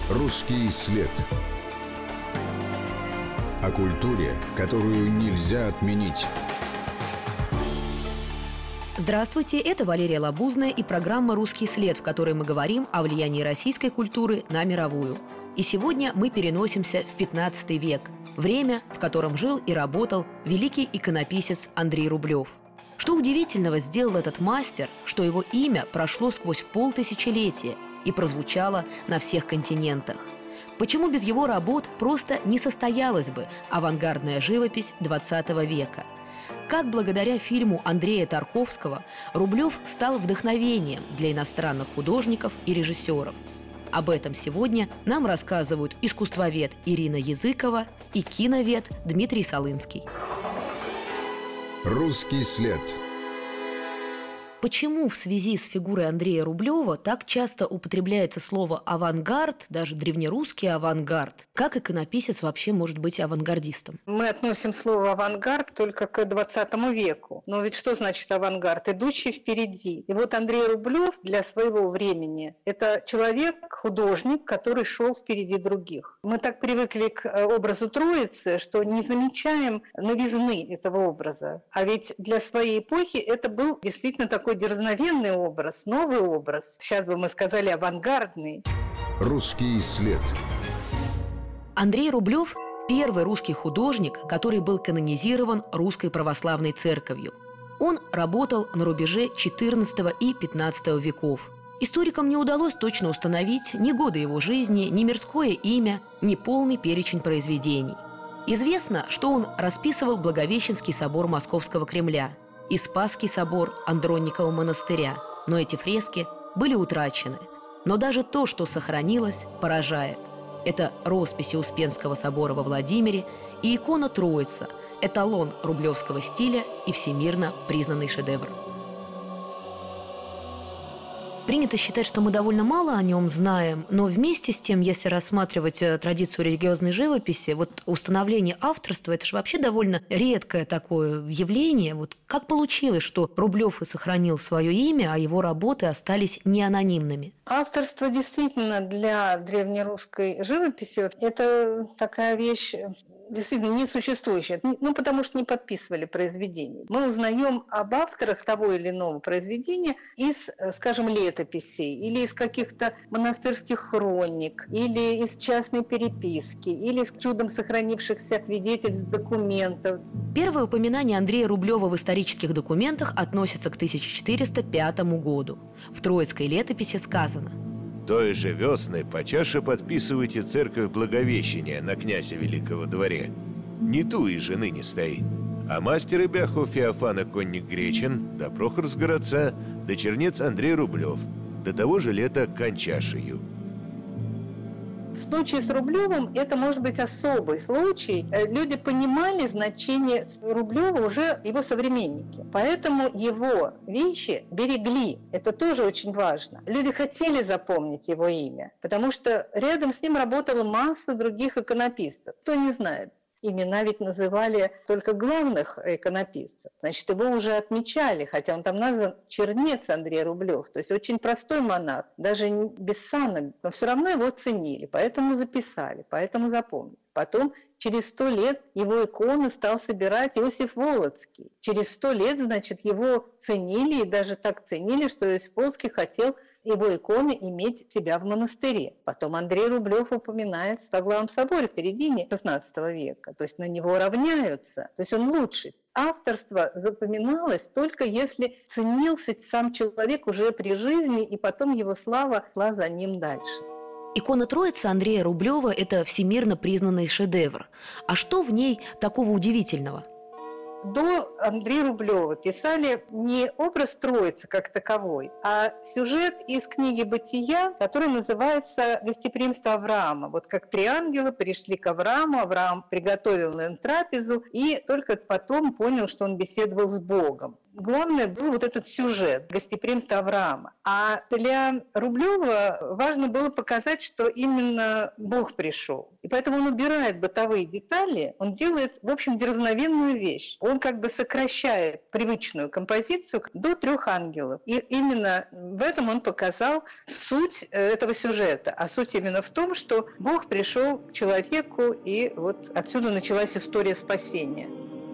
Русский след. О культуре, которую нельзя отменить. Здравствуйте, это Валерия Лабузная и программа «Русский след», в которой мы говорим о влиянии российской культуры на мировую. И сегодня мы переносимся в 15 век, время, в котором жил и работал великий иконописец Андрей Рублев. Что удивительного сделал этот мастер, что его имя прошло сквозь полтысячелетия и прозвучало на всех континентах? Почему без его работ просто не состоялась бы авангардная живопись XX века? Как благодаря фильму Андрея Тарковского Рублев стал вдохновением для иностранных художников и режиссеров? Об этом сегодня нам рассказывают искусствовед Ирина Языкова и киновед Дмитрий Солынский. Русский след. Почему в связи с фигурой Андрея Рублева так часто употребляется слово «авангард», даже древнерусский авангард? Как иконописец вообще может быть авангардистом? Мы относим слово «авангард» только к 20 веку. Но ведь что значит авангард? Идущий впереди. И вот Андрей Рублев для своего времени – это человек, художник, который шел впереди других. Мы так привыкли к образу Троицы, что не замечаем новизны этого образа. А ведь для своей эпохи это был действительно такой дерзновенный образ, новый образ. Сейчас бы мы сказали авангардный. Русский след. Андрей Рублев – первый русский художник, который был канонизирован Русской Православной Церковью. Он работал на рубеже XIV и XV веков. Историкам не удалось точно установить ни годы его жизни, ни мирское имя, ни полный перечень произведений. Известно, что он расписывал Благовещенский собор Московского Кремля и Спасский собор Андронникова монастыря, но эти фрески были утрачены. Но даже то, что сохранилось, поражает. Это росписи Успенского собора во Владимире и икона Троица, эталон рублевского стиля и всемирно признанный шедевр. Принято считать, что мы довольно мало о нем знаем, но вместе с тем, если рассматривать традицию религиозной живописи, вот установление авторства – это же вообще довольно редкое такое явление. Вот как получилось, что Рублев и сохранил свое имя, а его работы остались неанонимными? Авторство действительно для древнерусской живописи – это такая вещь действительно несуществующая, потому что не подписывали произведения. Мы узнаем об авторах того или иного произведения из, скажем, летописей, или из каких-то монастырских хроник, или из частной переписки, или из чудом сохранившихся свидетельств, документов. Первое упоминание Андрея Рублева в исторических документах относится к 1405 году. В Троицкой летописи сказано: «Той же весны по чаше подписывайте церковь Благовещения на князя Великого дворе. Не ту и жены не стоит. А мастер и бяху Феофана Конник Гречин, да Прохор с городца, да чернец Андрей Рублев, до того же лета кончашею». В случае с Рублевым это может быть особый случай. Люди понимали значение Рублева уже его современники. Поэтому его вещи берегли. Это тоже очень важно. Люди хотели запомнить его имя, потому что рядом с ним работала масса других иконописцев. Кто не знает? Имена ведь называли только главных иконописцев. Значит, его уже отмечали, хотя он там назван чернец Андрей Рублев. То есть очень простой монах, даже без сана, но все равно его ценили, поэтому записали, поэтому запомнили. Потом через 100 лет его иконы стал собирать Иосиф Волоцкий. Через 100 лет, значит, его ценили, и даже так ценили, что Иосиф Волоцкий хотел его иконы иметь себя в монастыре. Потом Андрей Рублев упоминает в Стоглавом соборе в середине XVI века. То есть на него равняются. То есть он лучший. Авторство запоминалось только если ценился сам человек уже при жизни, и потом его слава шла за ним дальше. Икона Троицы Андрея Рублева – это всемирно признанный шедевр. А что в ней такого удивительного? До Андрея Рублева писали не образ Троицы как таковой, а сюжет из книги «Бытия», который называется «Гостеприимство Авраама». Вот как 3 ангела пришли к Аврааму, Авраам приготовил им трапезу и только потом понял, что он беседовал с Богом. главное был вот этот сюжет гостеприимства Авраама. А для Рублева важно было показать, что именно Бог пришел. И поэтому он убирает бытовые детали, он делает, в общем, дерзновенную вещь. Он как бы сокращает привычную композицию до 3 ангелов. И именно в этом он показал суть этого сюжета. А суть именно в том, что Бог пришел к человеку, и вот отсюда началась история спасения.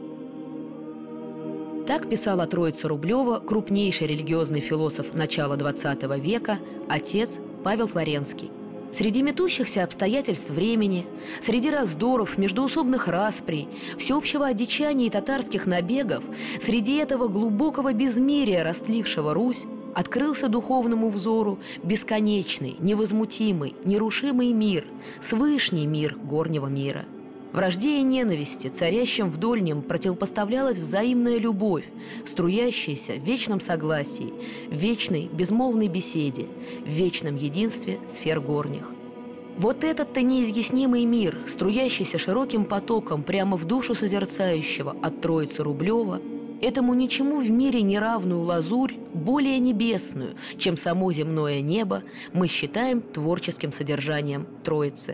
Так писал о Троице Рублева крупнейший религиозный философ начала XX века, отец Павел Флоренский. Среди метущихся обстоятельств времени, среди раздоров, междоусобных расприй, всеобщего одичания и татарских набегов, среди этого глубокого безмерия, растлившего Русь, открылся духовному взору бесконечный, невозмутимый, нерушимый мир, свышний мир горнего мира. Вражде и ненависти, царящим в дольнем, противопоставлялась взаимная любовь, струящаяся в вечном согласии, в вечной безмолвной беседе, в вечном единстве сфер горних. Вот этот-то неизъяснимый мир, струящийся широким потоком прямо в душу созерцающего от Троицы Рублева, этому ничему в мире не равную лазурь, более небесную, чем само земное небо, мы считаем творческим содержанием Троицы.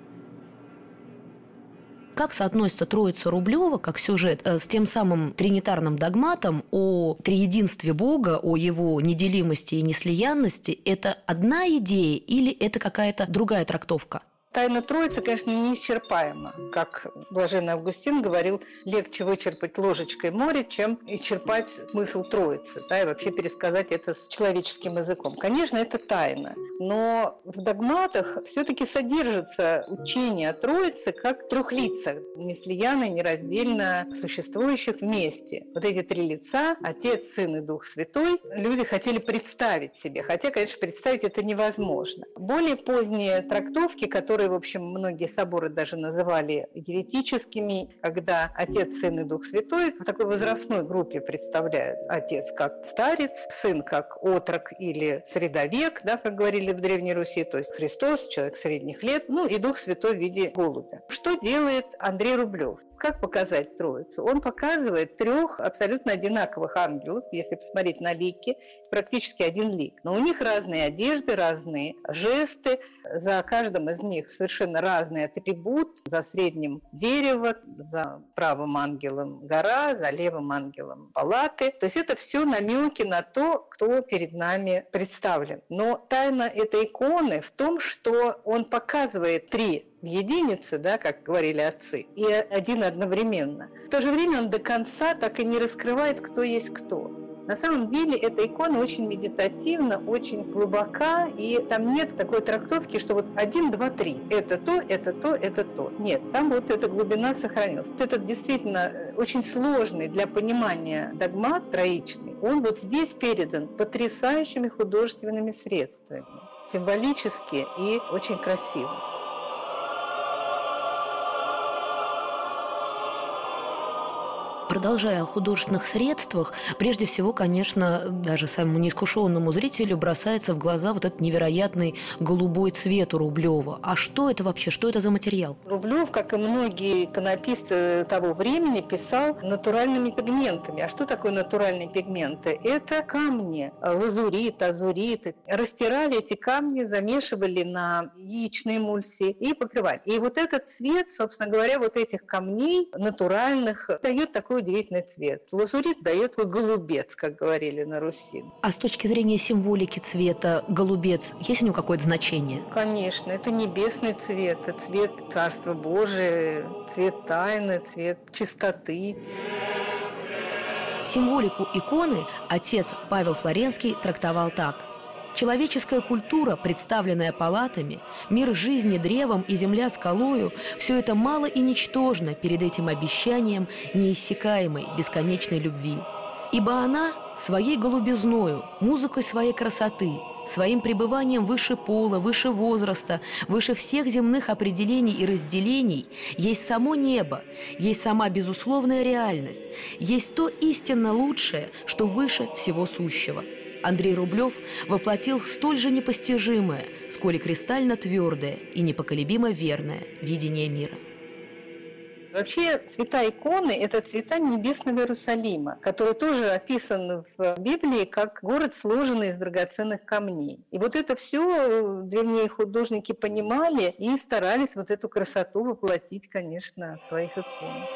Как соотносится Троица Рублева, как сюжет, с тем самым тринитарным догматом о триединстве Бога, о его неделимости и неслиянности? Это одна идея или это какая-то другая трактовка? Тайна Троицы, конечно, неисчерпаема. Как блаженный Августин говорил, легче вычерпать ложечкой море, чем исчерпать смысл Троицы, да, и вообще пересказать это с человеческим языком. Конечно, это тайна, но в догматах все-таки содержится учение о Троице как трехлицах, неслиянно, нераздельно существующих вместе. Вот эти 3 лица, Отец, Сын и Дух Святой, люди хотели представить себе, хотя, конечно, представить это невозможно. Более поздние трактовки, которые, в общем, многие соборы даже называли еретическими, когда Отец, Сын и Дух Святой в такой возрастной группе представляют. Отец как старец, Сын как отрок или средовек, да, как говорили в Древней Руси, то есть Христос, человек средних лет, ну и Дух Святой в виде голубя. Что делает Андрей Рублев? Как показать Троицу? Он показывает 3 абсолютно одинаковых ангелов, если посмотреть на лики, практически один лик. Но у них разные одежды, разные жесты, за каждым из них совершенно разный атрибут. За средним дерево, за правым ангелом гора, за левым ангелом палаты. То есть это все намеки на то, кто перед нами представлен. Но тайна этой иконы в том, что он показывает 3 в единице, да, как говорили отцы, и один одновременно. В то же время он до конца так и не раскрывает, кто есть кто. На самом деле эта икона очень медитативна, очень глубока, и там нет такой трактовки, что вот 1, 2, 3. Это то, это то, это то. Нет, там вот эта глубина сохранилась. Этот действительно очень сложный для понимания догмат троичный, он вот здесь передан потрясающими художественными средствами, символически и очень красиво. Продолжая о художественных средствах, прежде всего, конечно, даже самому неискушенному зрителю бросается в глаза вот этот невероятный голубой цвет у Рублева. А что это вообще? Что это за материал? Рублев, как и многие иконописцы того времени, писал натуральными пигментами. А что такое натуральные пигменты? Это камни, лазурит, азурит. Растирали эти камни, замешивали на яичной эмульсии и покрывали. И вот этот цвет, собственно говоря, вот этих камней натуральных дает такой удивительный цвет. Лазурит дает такой голубец, как говорили на Руси. А с точки зрения символики цвета голубец, есть у него какое-то значение? Конечно, это небесный цвет, это цвет Царства Божия, цвет тайны, цвет чистоты. Символику иконы отец Павел Флоренский трактовал так. Человеческая культура, представленная палатами, мир жизни древом и земля скалою – все это мало и ничтожно перед этим обещанием неиссякаемой, бесконечной любви. Ибо она своей голубизною, музыкой своей красоты, своим пребыванием выше пола, выше возраста, выше всех земных определений и разделений есть само небо, есть сама безусловная реальность, есть то истинно лучшее, что выше всего сущего. Андрей Рублев воплотил столь же непостижимое, сколь и кристально твердое и непоколебимо верное видение мира. Вообще, цвета иконы – это цвета небесного Иерусалима, который тоже описан в Библии как город, сложенный из драгоценных камней. И вот это все древние художники понимали и старались вот эту красоту воплотить, конечно, в своих иконах.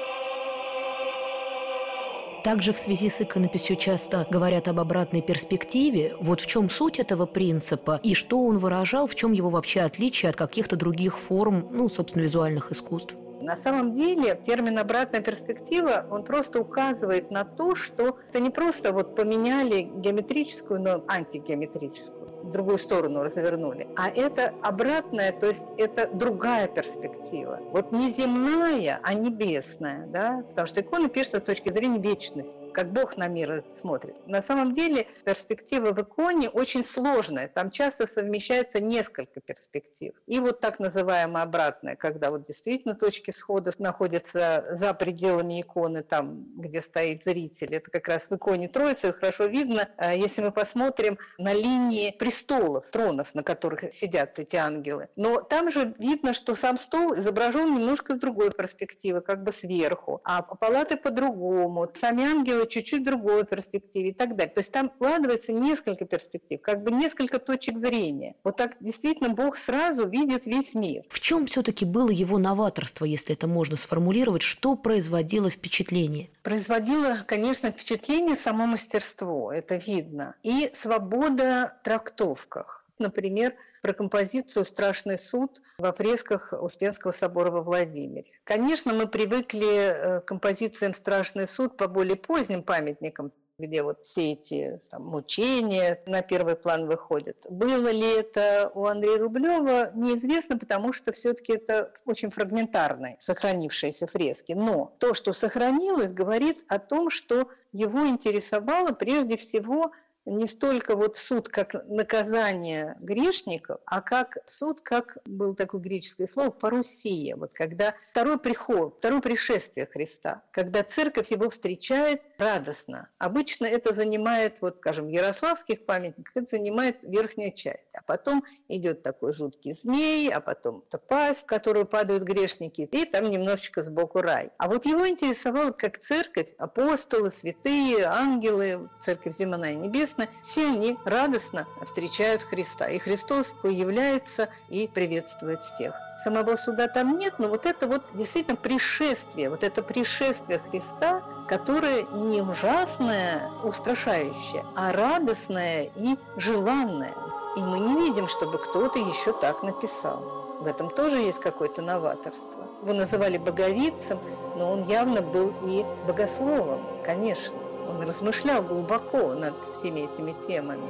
Также в связи с иконописью часто говорят об обратной перспективе. Вот в чем суть этого принципа и что он выражал, в чем его вообще отличие от каких-то других форм, собственно, визуальных искусств? На самом деле термин «обратная перспектива», он просто указывает на то, что это не просто поменяли геометрическую, но антигеометрическую, в другую сторону развернули, а это обратная, то есть это другая перспектива. Не земная, а небесная, да? Потому что икона пишется с точки зрения вечности, как Бог на мир смотрит. На самом деле перспектива в иконе очень сложная, там часто совмещается несколько перспектив. И так называемая обратная, когда действительно точки схода находятся за пределами иконы, там, где стоит зритель. Это как раз в иконе Троицы хорошо видно, если мы посмотрим на линии престолов, тронов, на которых сидят эти ангелы. Но там же видно, что сам стол изображен немножко с другой перспективы, как бы сверху, а палаты по-другому, сами ангелы чуть-чуть в другой перспективе и так далее. То есть там вкладывается несколько перспектив, как бы несколько точек зрения. Так действительно Бог сразу видит весь мир. В чем все-таки было его новаторство, если это можно сформулировать? Что производило впечатление? Производило, конечно, впечатление само мастерство, это видно, и свобода в трактовках. Например, про композицию «Страшный суд» во фресках Успенского собора во Владимире. Конечно, мы привыкли к композициям «Страшный суд» по более поздним памятникам, где все эти мучения на первый план выходят. Было ли это у Андрея Рублева, неизвестно, потому что все-таки это очень фрагментарные сохранившиеся фрески. Но то, что сохранилось, говорит о том, что его интересовало прежде всего не столько суд как наказание грешников, а как суд, как было такое греческое слово, парусия. Когда второй приход, второе пришествие Христа, когда церковь его встречает радостно. Обычно это занимает, скажем, в ярославских памятниках, это занимает верхняя часть. А потом идет такой жуткий змей, а потом пасть, в которую падают грешники, и там немножечко сбоку рай. А его интересовало, как церковь, апостолы, святые, ангелы, церковь земная и небесная, все они радостно встречают Христа. И Христос появляется и приветствует всех. Самого суда там нет, но это действительно пришествие, это пришествие Христа, которое не ужасное, устрашающее, а радостное и желанное. И мы не видим, чтобы кто-то еще так написал. В этом тоже есть какое-то новаторство. Его называли боговицем, но он явно был и богословом, конечно. Он размышлял глубоко над всеми этими темами.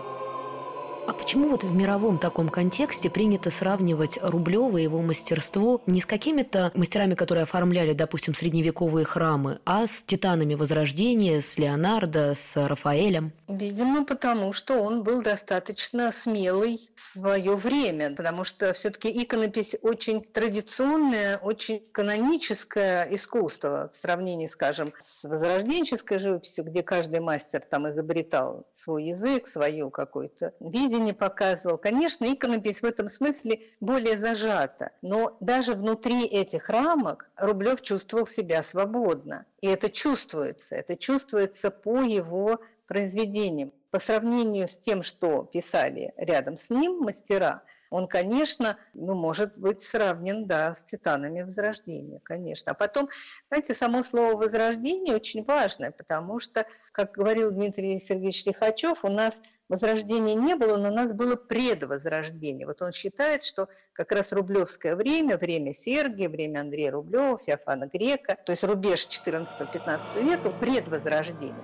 А почему в мировом таком контексте принято сравнивать Рублева и его мастерство не с какими-то мастерами, которые оформляли, допустим, средневековые храмы, а с титанами Возрождения, с Леонардо, с Рафаэлем? Видимо, потому что он был достаточно смелый в свое время, потому что все-таки иконопись очень традиционное, очень каноническое искусство в сравнении, скажем, с возрожденческой живописью, где каждый мастер изобретал свой язык, свое какое-то видение показывал. Конечно, иконопись в этом смысле более зажата, но даже внутри этих рамок Рублев чувствовал себя свободно. И это чувствуется по его произведениям. По сравнению с тем, что писали рядом с ним мастера, он, конечно, может быть сравнен, с титанами Возрождения, конечно. А потом, знаете, само слово «возрождение» очень важное, потому что, как говорил Дмитрий Сергеевич Лихачев, у нас возрождения не было, но у нас было предвозрождение. Он считает, что как раз рублевское время Сергия, время Андрея Рублева, Феофана Грека, то есть рубеж 14-15 века, предвозрождение.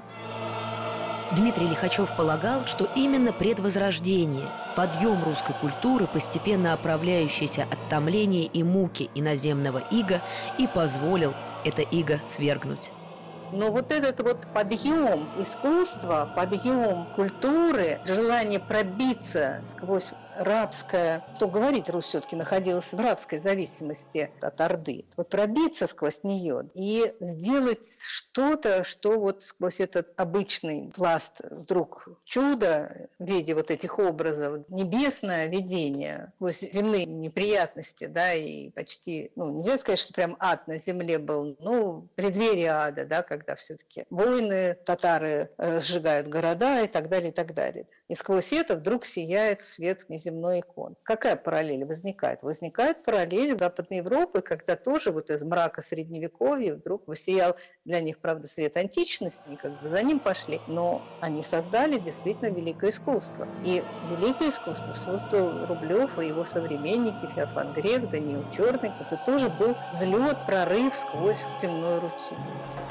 Дмитрий Лихачев полагал, что именно предвозрождение, подъем русской культуры, постепенно оправляющийся от томления и муки иноземного ига, и позволил это иго свергнуть. Но этот подъем искусства, подъем культуры, желание пробиться сквозь рабская, что говорить, Русь все-таки находилась в рабской зависимости от Орды. Вот пробиться сквозь нее и сделать что-то, что вот сквозь этот обычный пласт вдруг чудо в виде вот этих образов, небесное видение, сквозь земные неприятности, да, и почти, нельзя сказать, что прям ад на земле был, преддверие ада, да, когда все-таки войны, татары сжигают города и так далее, и так далее. И сквозь это вдруг сияет свет внеземной икон. Какая параллель возникает? Возникает параллель Западной Европы, когда тоже вот из мрака Средневековья вдруг воссиял для них, правда, свет античности, и как бы за ним пошли, но они создали действительно великое искусство. И великое искусство создал Рублев и его современники Феофан Грек, Даниил Черный. Это тоже был взлет, прорыв сквозь земную рутину.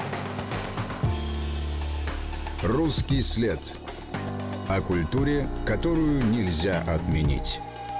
Русский след. О культуре, которую нельзя отменить.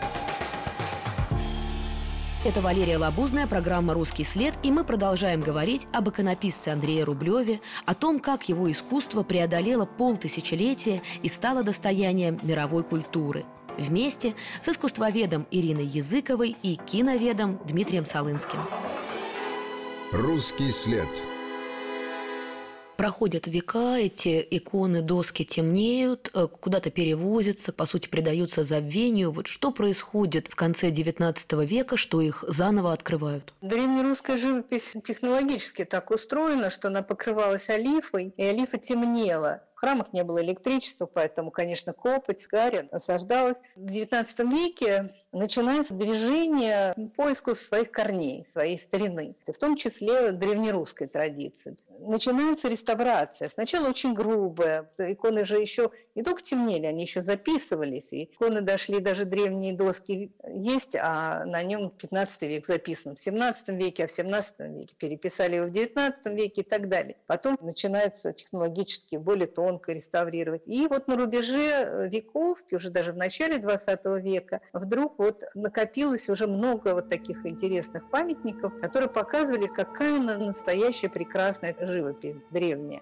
Это Валерия Лабузная, программа «Русский след», и мы продолжаем говорить об иконописце Андрее Рублеве, о том, как его искусство преодолело полтысячелетия и стало достоянием мировой культуры. Вместе с искусствоведом Ириной Языковой и киноведом Дмитрием Солынским. Русский след. Проходят века, эти иконы, доски темнеют, куда-то перевозятся, по сути, предаются забвению. Вот что происходит в конце XIX века, что их заново открывают? Древнерусская живопись технологически так устроена, что она покрывалась олифой, и олифа темнела. В храмах не было электричества, поэтому, конечно, копоть, гарь насаждалась. В XIX веке начинается движение к поиску своих корней, своей старины, в том числе древнерусской традиции. Начинается реставрация. Сначала очень грубая. Иконы же еще не только темнели, они еще записывались. И иконы дошли, даже древние доски есть, а на нем 15 век записан. В 17 веке, а в 17 веке переписали его в 19 веке и так далее. Потом начинается технологически более тонко реставрировать. И вот на рубеже веков, уже даже в начале 20 века, вдруг вот накопилось уже много вот таких интересных памятников, которые показывали, какая настоящая прекрасная живопись древняя.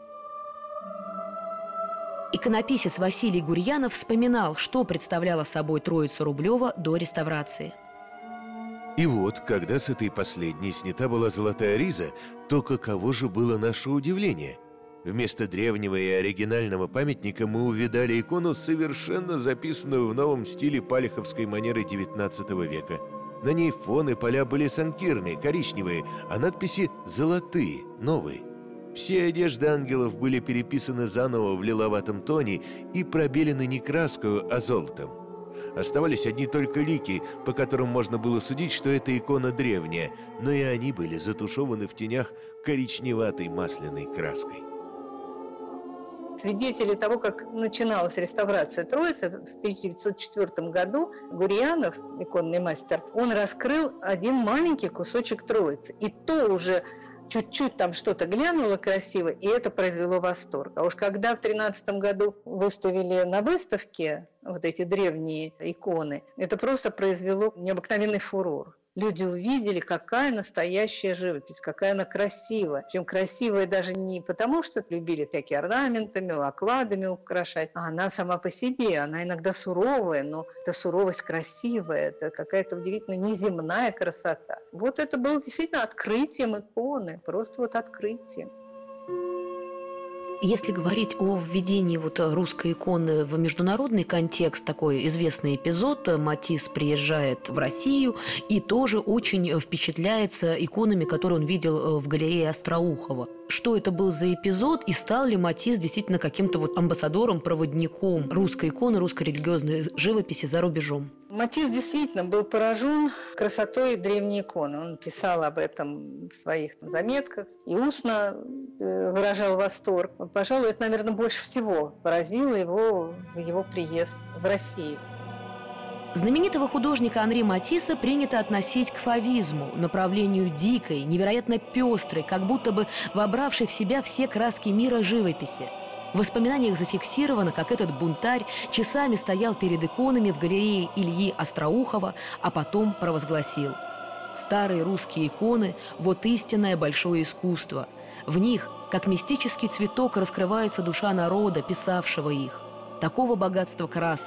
Иконописец Василий Гурьянов вспоминал, что представляла собой Троица Рублева до реставрации. И вот, когда с этой последней снята была золотая риза, то каково же было наше удивление? Вместо древнего и оригинального памятника мы увидали икону, совершенно записанную в новом стиле палеховской манеры XIX века. На ней фон и поля были санкирные, коричневые, а надписи золотые, новые. Все одежды ангелов были переписаны заново в лиловатом тоне и пробелены не краской, а золотом. Оставались одни только лики, по которым можно было судить, что эта икона древняя, но и они были затушеваны в тенях коричневатой масляной краской. Свидетели того, как начиналась реставрация Троицы, в 1904 году Гурьянов, иконный мастер, он раскрыл один маленький кусочек Троицы. И то уже чуть-чуть там что-то глянуло красиво, и это произвело восторг. А уж когда в 2013 году выставили на выставке вот эти древние иконы, это просто произвело необыкновенный фурор. Люди увидели, какая настоящая живопись, какая она красивая. Причем красивая даже не потому, что любили всякие орнаментами, окладами украшать, а она сама по себе. Она иногда суровая, но эта суровость красивая, это какая-то удивительно неземная красота. Вот это было действительно открытием иконы, просто вот открытием. Если говорить о введении русской иконы в международный контекст, такой известный эпизод, Матисс приезжает в Россию и тоже очень впечатляется иконами, которые он видел в галерее Остроухова. Что это был за эпизод, и стал ли Матисс действительно каким-то амбассадором, проводником русской иконы, русской религиозной живописи за рубежом? Матисс действительно был поражен красотой древней иконы. Он писал об этом в своих заметках и устно выражал восторг. Пожалуй, это, наверное, больше всего поразило его в его приезд в Россию. Знаменитого художника Анри Матисса принято относить к фавизму, направлению дикой, невероятно пестрой, как будто бы вобравшей в себя все краски мира живописи. В воспоминаниях зафиксировано, как этот бунтарь часами стоял перед иконами в галерее Ильи Остроухова, а потом провозгласил: «Старые русские иконы – вот истинное большое искусство. В них, как мистический цветок, раскрывается душа народа, писавшего их. Такого богатства красок,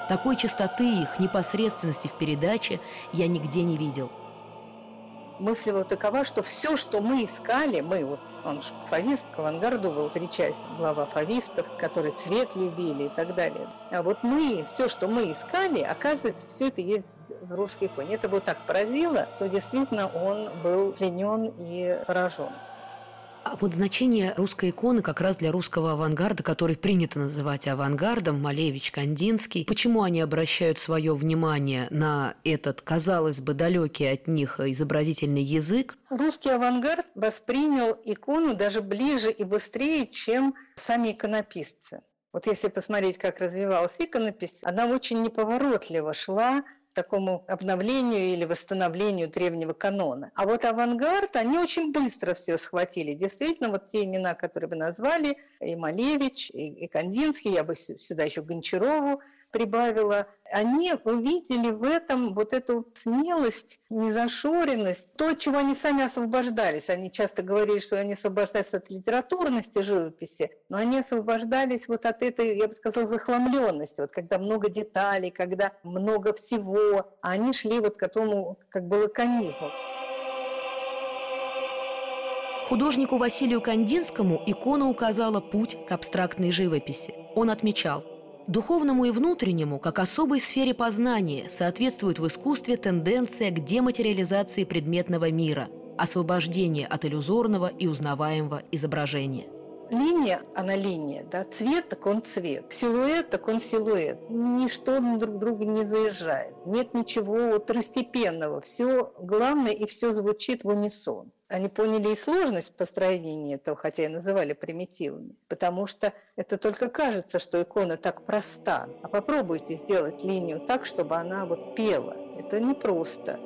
Такой чистоты их, непосредственности в передаче я нигде не видел. Мысль вот такова, что все, что мы искали, он же фавист, к авангарду был причастен, глава фавистов, которые цвет любили и так далее. А вот все, что мы искали, оказывается, все это есть в русской иконе. Это его так поразило, что действительно он был пленен и поражен. А вот значение русской иконы как раз для русского авангарда, который принято называть авангардом, Малевич, Кандинский. Почему они обращают свое внимание на этот, казалось бы, далекий от них изобразительный язык? Русский авангард воспринял икону даже ближе и быстрее, чем сами иконописцы. Вот если посмотреть, как развивалась иконопись, она очень неповоротливо шла к такому обновлению или восстановлению древнего канона. А вот авангард, они очень быстро все схватили. Действительно, вот те имена, которые вы назвали, и Малевич, и Кандинский, я бы сюда еще Гончарову прибавила, они увидели в этом вот эту смелость, незашоренность, то, от чего они сами освобождались. Они часто говорили, что они освобождались от литературности живописи, но они освобождались вот от этой, я бы сказала, захламленности, вот когда много деталей, когда много всего, а они шли вот к этому как бы лаконизму. Художнику Василию Кандинскому икона указала путь к абстрактной живописи. Он отмечал: духовному и внутреннему, как особой сфере познания, соответствует в искусстве тенденция к дематериализации предметного мира, освобождение от иллюзорного и узнаваемого изображения. Линия, она линия, да, цвет, так он цвет, силуэт, так он силуэт. Ничто друг друга не заезжает, нет ничего второстепенного, все главное и все звучит в унисон. Они поняли и сложность построения этого, хотя и называли примитивами, потому что это только кажется, что икона так проста. А попробуйте сделать линию так, чтобы она вот пела. Это непросто.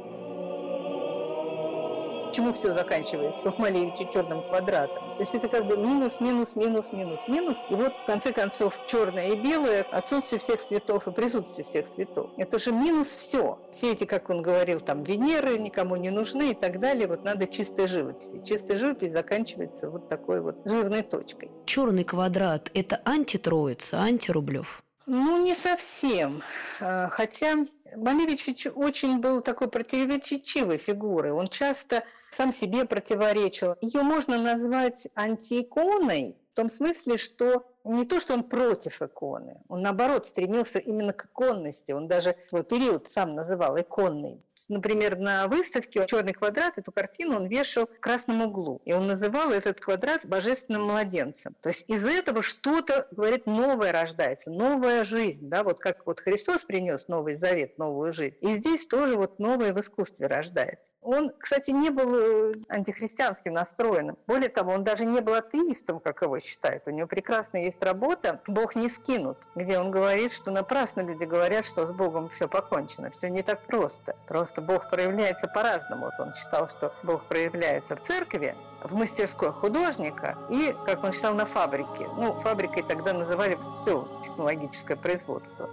Почему все заканчивается у Малевича черным квадратом? То есть это как бы минус, минус, минус, минус, минус. И вот в конце концов черное и белое, отсутствие всех цветов и присутствие всех цветов. Это же минус все. Все эти, как он говорил, там Венеры никому не нужны и так далее. Вот надо чистой живописи. Чистая живопись заканчивается вот такой вот жирной точкой. Черный квадрат – это антитроица, антирублев? Ну, не совсем. Хотя Малевич очень был такой противоречивой фигурой. Он часто сам себе противоречил. Ее можно назвать антииконой в том смысле, что не то, что он против иконы, он, наоборот, стремился именно к иконности. Он даже свой период сам называл иконной. Например, на выставке «Черный квадрат» эту картину он вешал в красном углу. И он называл этот квадрат божественным младенцем. То есть из этого что-то, говорит, новое рождается, новая жизнь. Да? Вот как вот Христос принес Новый Завет, новую жизнь. И здесь тоже вот новое в искусстве рождается. Он, кстати, не был антихристианским настроенным. Более того, он даже не был атеистом, как его считают. У него прекрасная есть работа «Бог не скинут», где он говорит, что напрасно люди говорят, что с Богом все покончено. Все не так просто. Просто Бог проявляется по-разному. Вот он считал, что Бог проявляется в церкви, в мастерской художника и, как он считал, на фабрике. Ну, фабрикой тогда называли все технологическое производство.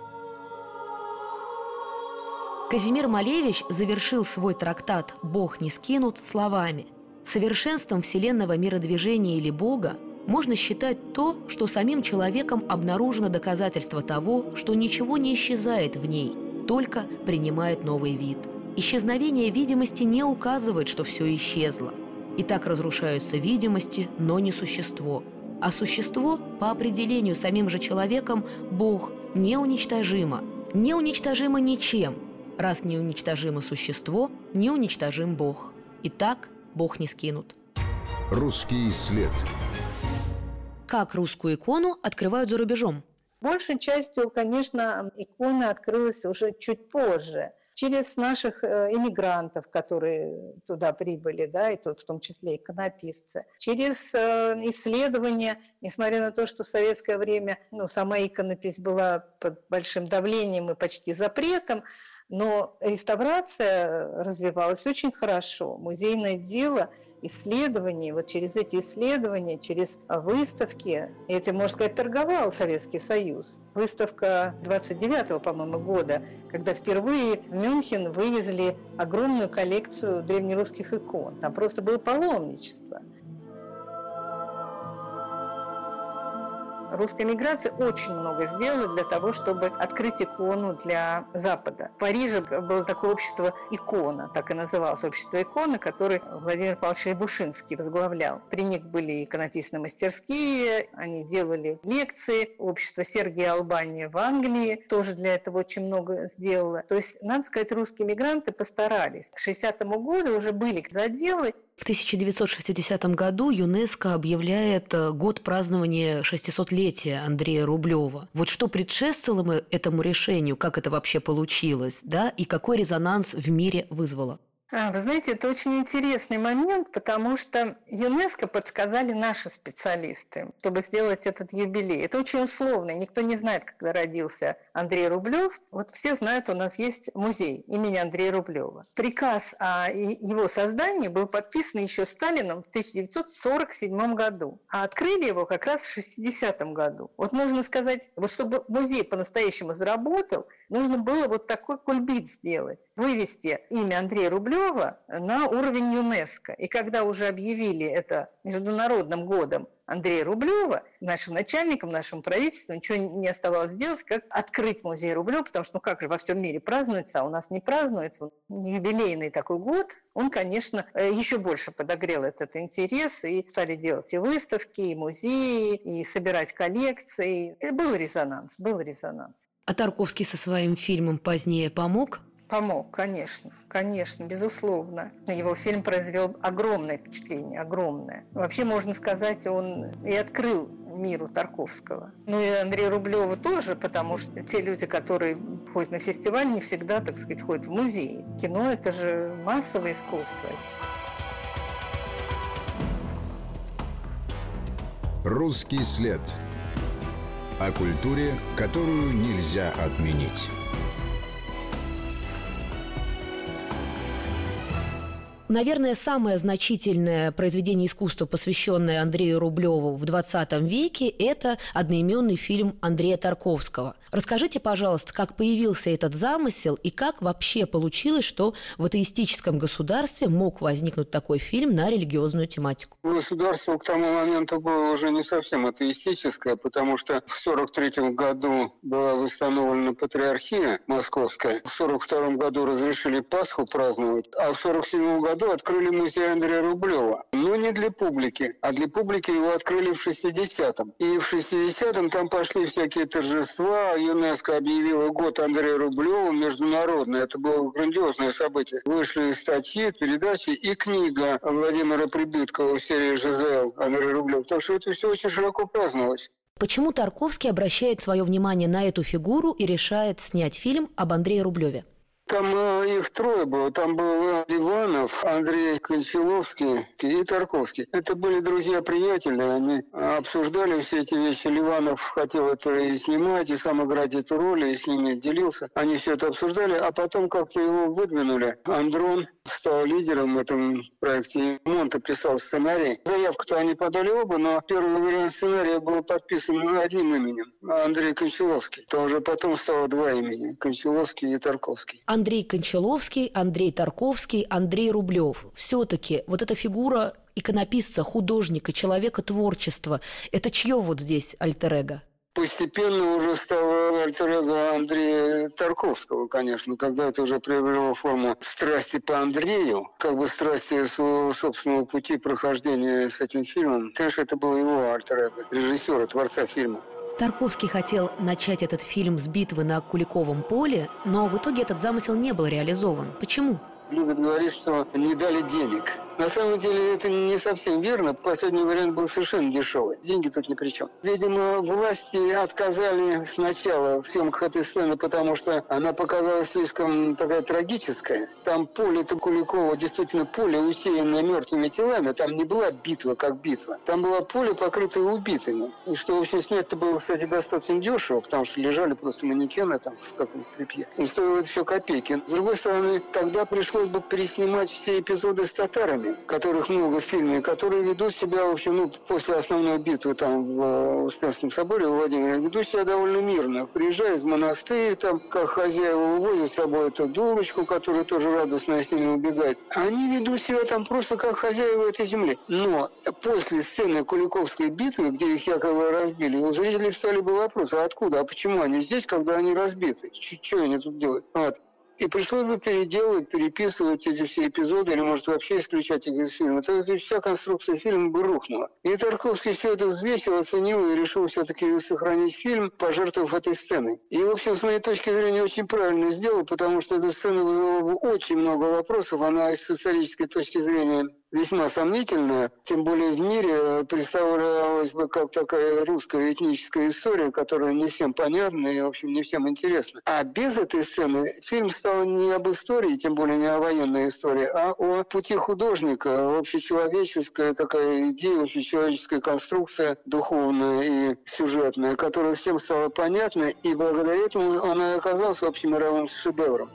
Казимир Малевич завершил свой трактат «Бог не скинут» словами: «Совершенством вселенного миродвижения или Бога можно считать то, что самим человеком обнаружено доказательство того, что ничего не исчезает в ней, только принимает новый вид. Исчезновение видимости не указывает, что все исчезло. И так разрушаются видимости, но не существо. А существо, по определению самим же человеком, Бог, неуничтожимо. Неуничтожимо ничем. Раз неуничтожимо существо, неуничтожим Бог. Итак, Бог не скинут». Русский след. Как русскую икону открывают за рубежом? Большей частью, конечно, икона открылась уже чуть позже, через наших иммигрантов, которые туда прибыли, да, и тут в том числе иконописцы, через исследования, несмотря на то, что в советское время сама иконопись была под большим давлением и почти запретом, но реставрация развивалась очень хорошо. Музейное дело, исследования, вот через эти исследования, через выставки, этим, можно сказать, торговал Советский Союз. Выставка 29-го, по-моему, года, когда впервые в Мюнхен вывезли огромную коллекцию древнерусских икон. Там просто было паломничество. русская миграция очень много сделала для того, чтобы открыть икону для Запада. В Париже было такое общество «Икона», так и называлось общество «Икона», которое Владимир Павлович Рябушинский возглавлял. При них были иконописные мастерские, они делали лекции. Общество Сергия Албания в Англии тоже для этого очень много сделало. То есть, надо сказать, русские мигранты постарались. К 60-му году уже были заделы. В 1960 году ЮНЕСКО объявляет год празднования 600-летия Андрея Рублева. Вот что предшествовало этому решению, как это вообще получилось, да, и какой резонанс в мире вызвало? Вы знаете, это очень интересный момент, потому что ЮНЕСКО подсказали наши специалисты, чтобы сделать этот юбилей. Это очень условно, никто не знает, когда родился Андрей Рублев. Вот все знают, у нас есть музей имени Андрея Рублева. Приказ о его создании был подписан еще Сталином в 1947 году, а открыли его как раз в 1960 году. Вот можно сказать, вот чтобы музей по-настоящему заработал, нужно было вот такой кульбит сделать, вывести имя Андрея Рублева на уровень ЮНЕСКО. И когда уже объявили это Международным годом Андрея Рублева, нашим начальникам, нашему правительству ничего не оставалось делать, как открыть музей Рублева, потому что, как же во всем мире празднуется, а у нас не празднуется. Юбилейный такой год, он, конечно, еще больше подогрел этот интерес, и стали делать и выставки, и музеи, и собирать коллекции. И был резонанс, был резонанс. А Тарковский со своим фильмом позднее помог? Помог, конечно, безусловно. Его фильм произвел огромное впечатление, огромное. Вообще, можно сказать, он и открыл миру Тарковского. Ну и Андрея Рублева тоже, потому что те люди, которые ходят на фестиваль, не всегда, так сказать, ходят в музей. Кино – это же массовое искусство. Русский след. О культуре, которую нельзя отменить. Наверное, самое значительное произведение искусства, посвященное Андрею Рублеву в 20 веке, это одноименный фильм Андрея Тарковского. Расскажите, пожалуйста, как появился этот замысел и как вообще получилось, что в атеистическом государстве мог возникнуть такой фильм на религиозную тематику? Государство к тому моменту было уже не совсем атеистическое, потому что в 1943 году была восстановлена патриархия московская, в 1942 году разрешили Пасху праздновать, а в 1947 году открыли музей Андрея Рублева. Но не для публики, а для публики его открыли в 60-м. И в 60-м там пошли всякие торжества, ЮНЕСКО объявила год Андрея Рублева международный. Это было грандиозное событие. Вышли статьи, передачи и книга Владимира Прибыткова в серии «ЖЗЛ» Андрей Рублев. Так что это все очень широко праздновалось. Почему Тарковский обращает свое внимание на эту фигуру и решает снять фильм об Андрее Рублеве? Там их трое было. Там был Ливанов, Андрей Кончаловский и Тарковский. Это были друзья-приятели. Они обсуждали все эти вещи. Ливанов хотел это и снимать, и сам играть эту роль, и с ними делился. Они все это обсуждали, а потом как-то его выдвинули. Андрон стал лидером в этом проекте. Монте писал сценарий. Заявку-то они подали оба, но первый вариант сценария был подписан одним именем. Андрей Кончаловский. То уже потом стало два имени. Кончаловский и Тарковский. Андрей Кончаловский, Андрей Тарковский, Андрей Рублев. Все-таки вот эта фигура иконописца, художника, человека творчества, это чье вот здесь альтер-эго? Постепенно уже стало альтер-эго Андрея Тарковского, конечно, когда это уже приобрело форму страсти по Андрею, как бы страсти своего собственного пути прохождения с этим фильмом. Конечно, это было его альтер-эго, режиссера, творца фильма. Тарковский хотел начать этот фильм с битвы на Куликовом поле, но в итоге этот замысел не был реализован. Почему? Любят говорить, что не дали денег. На самом деле это не совсем верно. Последний вариант был совершенно дешевый. Деньги тут ни при чем. Видимо, власти отказали сначала в съемках этой сцены, потому что она показалась слишком такая трагическая. Там поле Куликова, действительно поле, усеянное мертвыми телами. Там не была битва как битва. Там было поле, покрытое убитыми. И что, в общем, снять-то было, кстати, достаточно дешево, потому что лежали просто манекены там в каком-то тряпье. И стоило это все копейки. С другой стороны, тогда пришло пришлось бы переснимать все эпизоды с татарами, которых много в фильме, которые ведут себя, в общем, после основной битвы там в Успенском соборе у Владимира, ведут себя довольно мирно. Приезжают в монастырь, там, как хозяева увозят с собой эту дурочку, которая тоже радостно с ними убегает. Они ведут себя там просто как хозяева этой земли. Но после сцены Куликовской битвы, где их якобы разбили, у зрителей встали бы вопросы, а откуда, а почему они здесь, когда они разбиты? Что они тут делают? Вот. И пришлось бы переделывать, переписывать эти все эпизоды, или, может, вообще исключать их из фильма. То есть вся конструкция фильма бы рухнула. И Тарковский все это взвесил, оценил и решил все-таки сохранить фильм, пожертвовав этой сценой. И, в общем, с моей точки зрения, очень правильно сделал, потому что эта сцена вызвала бы очень много вопросов. Она с исторической точки зрения весьма сомнительная, тем более в мире представлялась бы как такая русская этническая история, которая не всем понятна и, в общем, не всем интересна. А без этой сцены фильм стал не об истории, тем более не о военной истории, а о пути художника, общечеловеческая такая идея, общечеловеческая конструкция духовная и сюжетная, которая всем стала понятна, и благодаря этому она оказалась общемировым шедевром.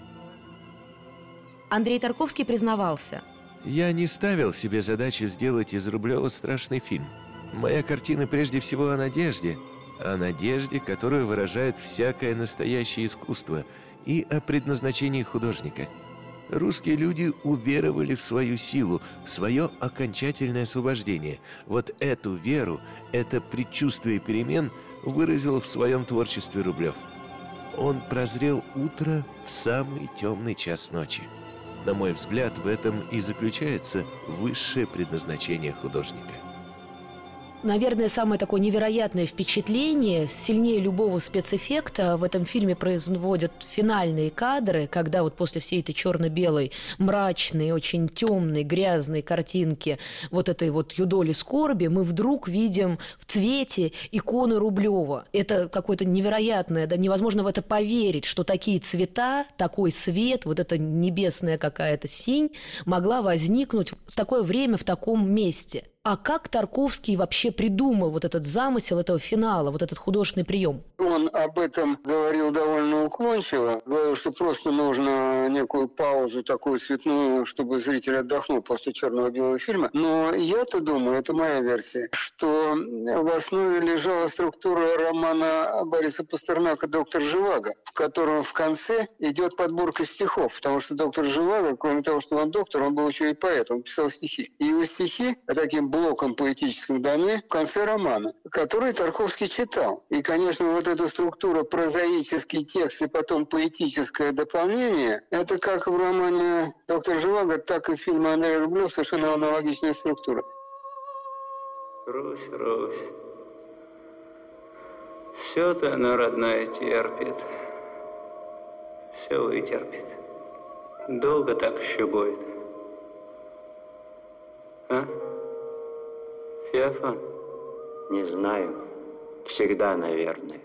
Андрей Тарковский признавался: Я не ставил себе задачи сделать из Рублева страшный фильм. Моя картина прежде всего о надежде, которая выражает всякое настоящее искусство, и о предназначении художника. Русские люди уверовали в свою силу, в свое окончательное освобождение. Вот эту веру, это предчувствие перемен выразил в своем творчестве Рублев. Он прозрел утро в самый темный час ночи. На мой взгляд, в этом и заключается высшее предназначение художника. Наверное, самое такое невероятное впечатление, сильнее любого спецэффекта в этом фильме производят финальные кадры, когда вот после всей этой черно-белой, мрачной, очень темной, грязной картинки вот этой вот юдоли скорби мы вдруг видим в цвете иконы Рублева. Это какое-то невероятное, да, невозможно в это поверить, что такие цвета, такой свет, вот эта небесная какая-то синь могла возникнуть в такое время, в таком месте. А как Тарковский вообще придумал вот этот замысел этого финала, вот этот художественный прием? Он об этом говорил довольно уклончиво. Говорил, что просто нужно некую паузу такую цветную, чтобы зритель отдохнул после черно-белого фильма. Но я-то думаю, это моя версия, что в основе лежала структура романа Бориса Пастернака «Доктор Живаго», в котором в конце идет подборка стихов, потому что доктор Живаго, кроме того, что он доктор, он был еще и поэт, он писал стихи. И его стихи таким блоком поэтическим даны в конце романа, который Тарковский читал. И, конечно, вот эта структура прозаический текст и потом поэтическое дополнение, это как в романе «Доктор Живаго», так и в фильме Андрея Рублева совершенно аналогичная структура. Русь, Русь, все-то она, родная, терпит, все вытерпит. Долго так еще будет? А? Феофан? Не знаю. Всегда, наверное.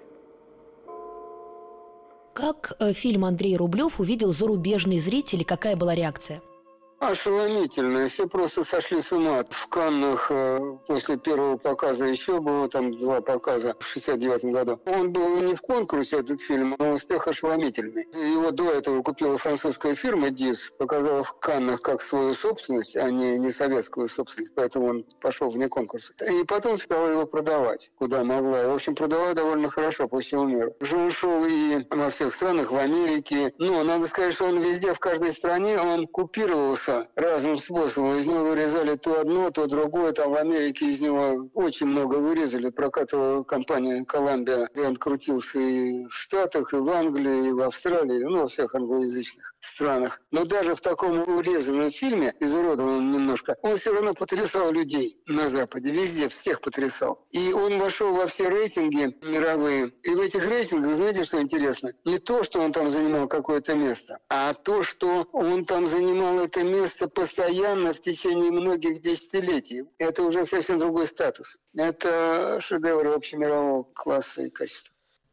Как фильм Андрей Рублев увидел зарубежный зритель, и какая была реакция? Ошеломительно. Все просто сошли с ума. В Каннах после первого показа еще было там 2 показа в 1969 году. Он был не в конкурсе, этот фильм, но успех ошеломительный. Его до этого купила французская фирма «Дис», показала в Каннах как свою собственность, а не советскую собственность, поэтому он пошел вне конкурса. И потом стала его продавать, куда могла. И, в общем, продавала довольно хорошо по всему миру. Уже он шел и во всех странах, в Америке. Но надо сказать, что он везде, в каждой стране, он купировался разным способом. Из него вырезали то одно, то другое. Там в Америке из него очень много вырезали. Прокатывала компания Columbia. Он крутился и в Штатах, и в Англии, и в Австралии, во всех англоязычных странах. Но даже в таком урезанном фильме, изуродованном немножко, он все равно потрясал людей на Западе. Везде, всех потрясал. И он вошел во все рейтинги мировые. И в этих рейтингах, знаете, что интересно? Не то, что он там занимал какое-то место, а то, что он там занимал это место постоянно в течение многих десятилетий. Это уже совсем другой статус. Это шедевр общемирового класса и качества.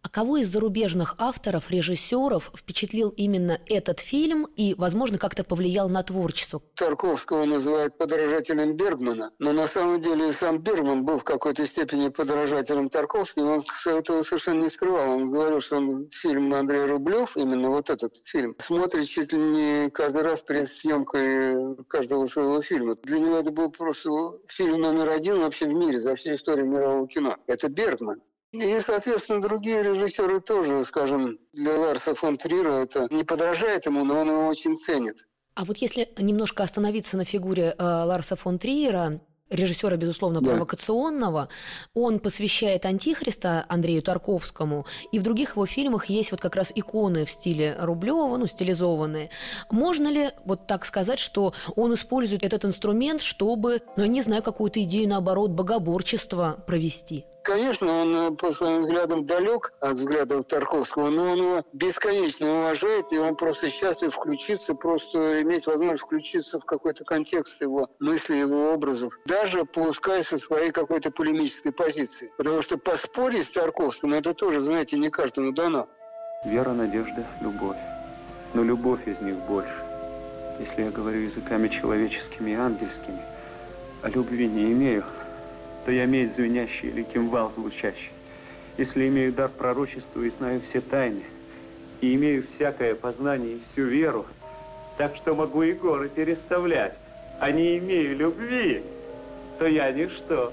А кого из зарубежных авторов, режиссеров впечатлил именно этот фильм и, возможно, как-то повлиял на творчество? Тарковского называют подражателем Бергмана, но на самом деле сам Бергман был в какой-то степени подражателем Тарковского, он этого совершенно не скрывал. Он говорил, что он фильм Андрей Рублев, именно вот этот фильм, смотрит чуть ли не каждый раз перед съемкой каждого своего фильма. Для него это был просто фильм номер один вообще в мире за всю историю мирового кино. Это Бергман. И, соответственно, другие режиссеры тоже, скажем, для Ларса фон Триера это не подражает ему, но он его очень ценит. А вот если немножко остановиться на фигуре Ларса фон Триера, режиссера, безусловно, провокационного, он посвящает «Антихриста» Андрею Тарковскому, и в других его фильмах есть вот как раз иконы в стиле Рублева, стилизованные. Можно ли вот так сказать, что он использует этот инструмент, чтобы, я не знаю, какую-то идею, наоборот, богоборчества провести? Конечно, он по своим взглядам далек от взглядов Тарковского, но он его бесконечно уважает, и он просто счастлив включиться, просто иметь возможность включиться в какой-то контекст его мыслей, его образов, даже пускай со своей какой-то полемической позиции. Потому что поспорить с Тарковским, это тоже, знаете, не каждому дано. Вера, надежда, любовь. Но любовь из них больше. Если я говорю языками человеческими и ангельскими, а любви не имею, то я медь звенящий или кимвал звучащий. Если имею дар пророчества и знаю все тайны, и имею всякое познание и всю веру, так что могу и горы переставлять, а не имею любви, то я ничто.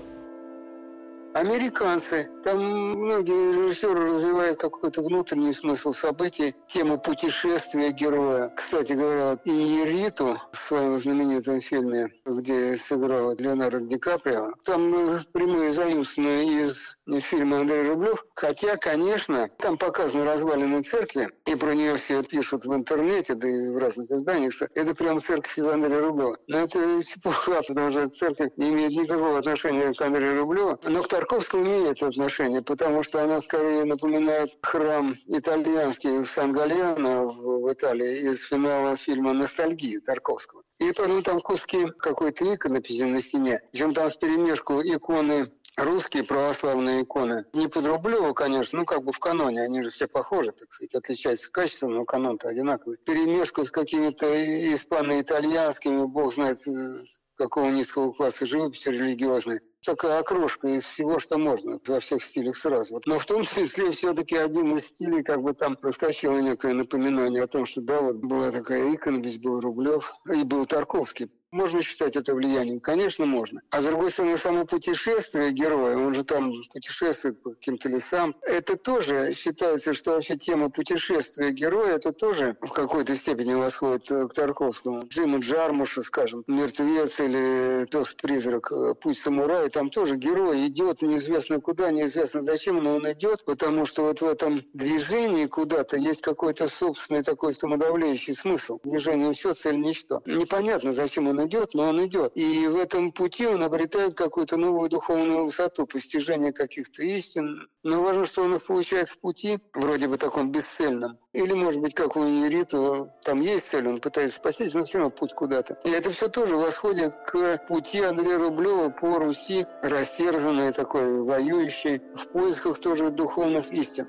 Американцы. Там многие режиссеры развивают какой-то внутренний смысл событий, тему путешествия героя. Кстати говоря, Иньярриту в своем знаменитом фильме, где сыграл Леонардо Ди Каприо, там прямые заимствованы из фильма Андрей Рублев. Хотя, конечно, там показаны развалины церкви, и про нее все пишут в интернете, да и в разных изданиях. Это прям церковь из Андрея Рублева. Но это чепуха, потому что церковь не имеет никакого отношения к Андрею Рублеву. Но к Тарковскому имеет отношение, потому что она скорее напоминает храм итальянский в Сан-Галено в Италии из финала фильма «Ностальгия» Тарковского. И потом там куски какой-то иконописи на стене. Причем там вперемешку иконы русские, православные иконы. Не под Рублева, конечно, как бы в каноне. Они же все похожи, так сказать, отличаются качеством, но канон-то одинаковый. Вперемешку с какими-то испано-итальянскими, бог знает, какого низкого класса живописи религиозной. Такая окрошка из всего, что можно, во всех стилях сразу. Но в том числе все-таки один из стилей, как бы там проскочило некое напоминание о том, что да, вот была такая икона, здесь был Рублев и был Тарковский. Можно считать это влиянием? Конечно, можно. А с другой стороны, само путешествие героя, он же там путешествует по каким-то лесам, это тоже считается, что вообще тема путешествия героя, это тоже в какой-то степени восходит к Тарковскому. Джима Джармуша, скажем, «Мертвец» или «Пес-призрак», «Путь самурая», там тоже герой идет неизвестно куда, неизвестно зачем, но он идет, потому что вот в этом движении куда-то есть какой-то собственный такой самодавляющий смысл. Движение все, цель ничто. Непонятно, зачем он идет, но он идет. И в этом пути он обретает какую-то новую духовную высоту, постижение каких-то истин. Но важно, что он их получает в пути, вроде бы таком бесцельном. Или, может быть, как у Иньярриту, там есть цель, он пытается спастись, но все равно путь куда-то. И это все тоже восходит к пути Андрея Рублева по Руси, растерзанной такой, воюющей, в поисках тоже духовных истин.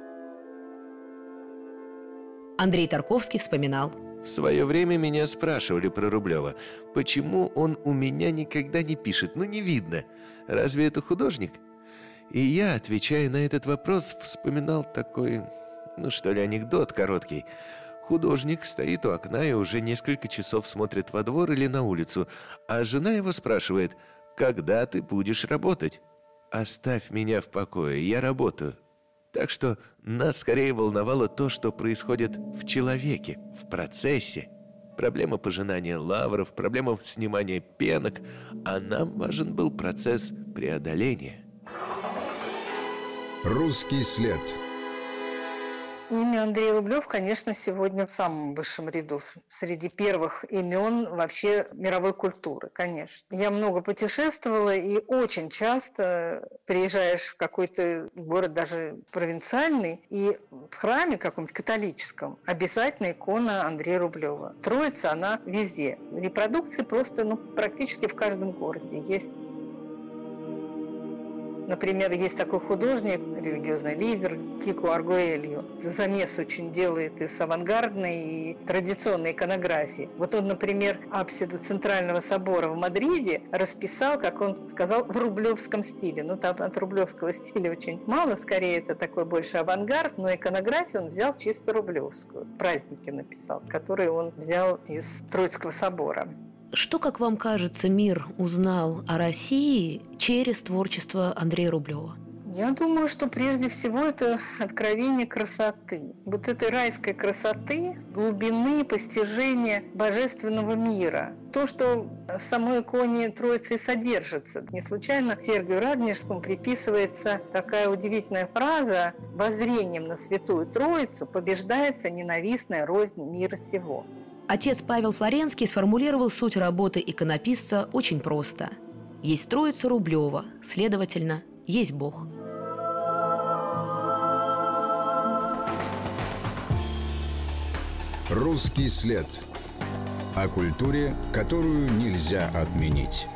Андрей Тарковский вспоминал. В свое время меня спрашивали про Рублева, почему он у меня никогда не пишет, не видно. Разве это художник? И я, отвечая на этот вопрос, вспоминал такой, анекдот короткий. Художник стоит у окна и уже несколько часов смотрит во двор или на улицу, а жена его спрашивает, когда ты будешь работать? Оставь меня в покое, я работаю. Так что нас скорее волновало то, что происходит в человеке, в процессе. Проблема пожинания лавров, проблема снимания пенок, а нам важен был процесс преодоления. Русский след. Имя Андрей Рублев, конечно, сегодня в самом высшем ряду, среди первых имен вообще мировой культуры, конечно. Я много путешествовала, и очень часто приезжаешь в какой-то город, даже провинциальный, и в храме каком-нибудь католическом обязательно икона Андрея Рублева. Троица, она везде. Репродукции просто практически в каждом городе есть. Например, есть такой художник, религиозный лидер Кику Аргуэлью. Замес очень делает из авангардной и традиционной иконографии. Вот он, например, апсиду Центрального собора в Мадриде расписал, как он сказал, в рублевском стиле. Ну, там от рублевского стиля очень мало, скорее это такой больше авангард, но иконографию он взял чисто рублевскую. Праздники написал, которые он взял из Троицкого собора. Что, как вам кажется, мир узнал о России через творчество Андрея Рублева? Я думаю, что прежде всего это откровение красоты. Вот этой райской красоты, глубины постижения божественного мира. То, что в самой иконе Троицы содержится. Не случайно Сергию Радонежскому приписывается такая удивительная фраза: «Воззрением на Святую Троицу побеждается ненавистная рознь мира сего». Отец Павел Флоренский сформулировал суть работы иконописца очень просто. Есть Троица Рублева, следовательно, есть Бог. «Русский след» о культуре, которую нельзя отменить.